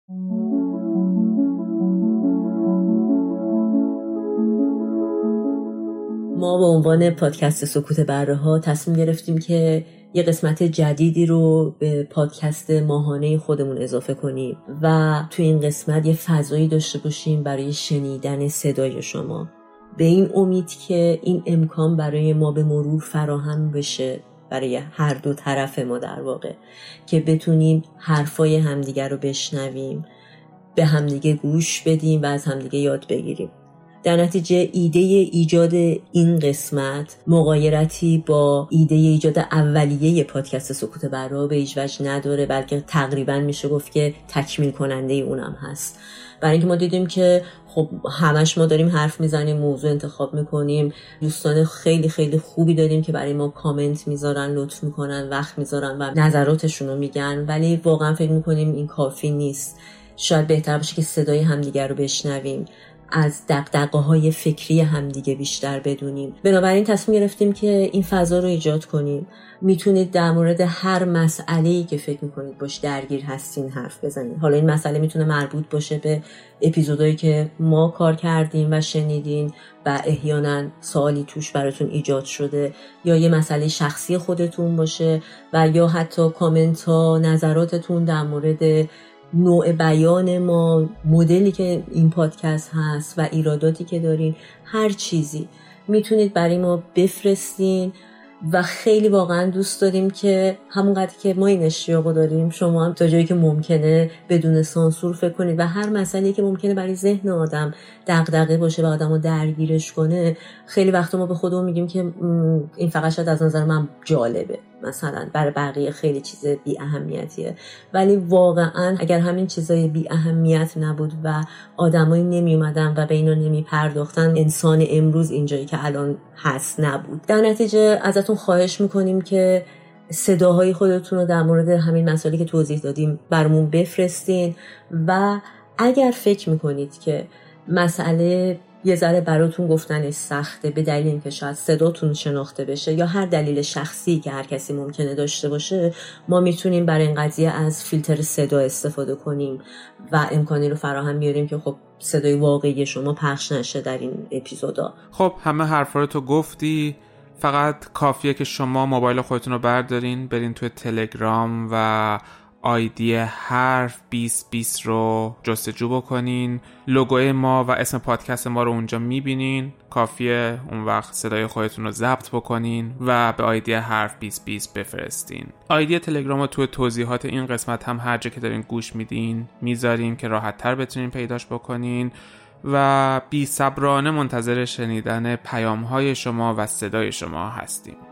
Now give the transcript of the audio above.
ما به عنوان پادکست سکوت بره‌ها تصمیم گرفتیم که یه قسمت جدیدی رو به پادکست ماهانه خودمون اضافه کنیم و تو این قسمت یه فضایی داشته باشیم برای شنیدن صدای شما، به این امید که این امکان برای ما به مرور فراهم بشه، برای هر دو طرف ما در واقع، که بتونیم حرفای همدیگر رو بشنویم، به همدیگه گوش بدیم و از همدیگه یاد بگیریم. در نتیجه ایده ایجاد این قسمت مغایرتی با ایده ایجاد اولیه پادکست سکوت برها به هیچ وجه نداره، بلکه تقریبا میشه گفت که تکمیل کننده اونم هست. برای اینکه ما دیدیم که خب همش ما داریم حرف میزنیم، موضوع انتخاب میکنیم، دوستان خیلی خیلی خوبی داریم که برای ما کامنت میذارن، لطف میکنن، وقت میذارن و نظراتشون رو میگن، ولی واقعا فکر میکنیم این کافی نیست. شاید بهتر باشه که صدای همدیگر رو بشنویم، از دغدغه‌های فکری همدیگه بیشتر بدونیم. بنابراین تصمیم گرفتیم که این فضا رو ایجاد کنیم. میتونید در مورد هر مسئله‌ای که فکر میکنید باش درگیر هستین حرف بزنید. حالا این مسئله میتونه مربوط باشه به اپیزودایی که ما کار کردیم و شنیدین و احیانا سوالی توش براتون ایجاد شده، یا یه مسئله شخصی خودتون باشه و یا حتی کامنت ها، نظراتتون در مورد نوع بیان ما، مدلی که این پادکست هست و ایراداتی که دارین، هر چیزی میتونید برای ما بفرستین و خیلی واقعا دوست داریم که همونقدر که ما این اشتیاقو داریم شما هم تا جایی که ممکنه بدون سانسور فکر کنید و هر مسئله‌ای که ممکنه برای ذهن آدم دغدغه باشه و آدمو درگیرش کنه، خیلی وقتا ما به خودمون میگیم که این فقط شاید از نظر من جالبه، مثلا برای بقیه خیلی چیز بی اهمیتیه، ولی واقعا اگر همین چیزای بی اهمیت نبود و آدمایی نمی اومدن و به اینا نمی پرداختن، انسان امروز اینجایی که الان هست نبود. در نتیجه ازتون خواهش میکنیم که صداهای خودتون رو در مورد همین مسائلی که توضیح دادیم برامون بفرستین و اگر فکر میکنید که مسئله یه ذره براتون گفتنش سخته به دلیل اینکه شاید صداتون شناخته بشه یا هر دلیل شخصی که هر کسی ممکنه داشته باشه، ما میتونیم برای این قضیه از فیلتر صدا استفاده کنیم و امکانی رو فراهم بیاریم که خب صدای واقعی شما پخش نشه در این اپیزودا. خب همه حرفا رو تو گفتی، فقط کافیه که شما موبایل خودتون رو بردارین، برین توی تلگرام و آیدی حرف 2020 رو جستجو بکنین، لوگوی ما و اسم پادکست ما رو اونجا میبینین. کافیه اون وقت صدای خودتون رو ضبط بکنین و به آیدی حرف 2020 بفرستین. آیدی تلگرام رو توی توضیحات این قسمت هم هر جا که دارین گوش میدین میذاریم که راحت تر بتونین پیداش بکنین و بی صبرانه منتظر شنیدن پیام‌های شما و صدای شما هستیم.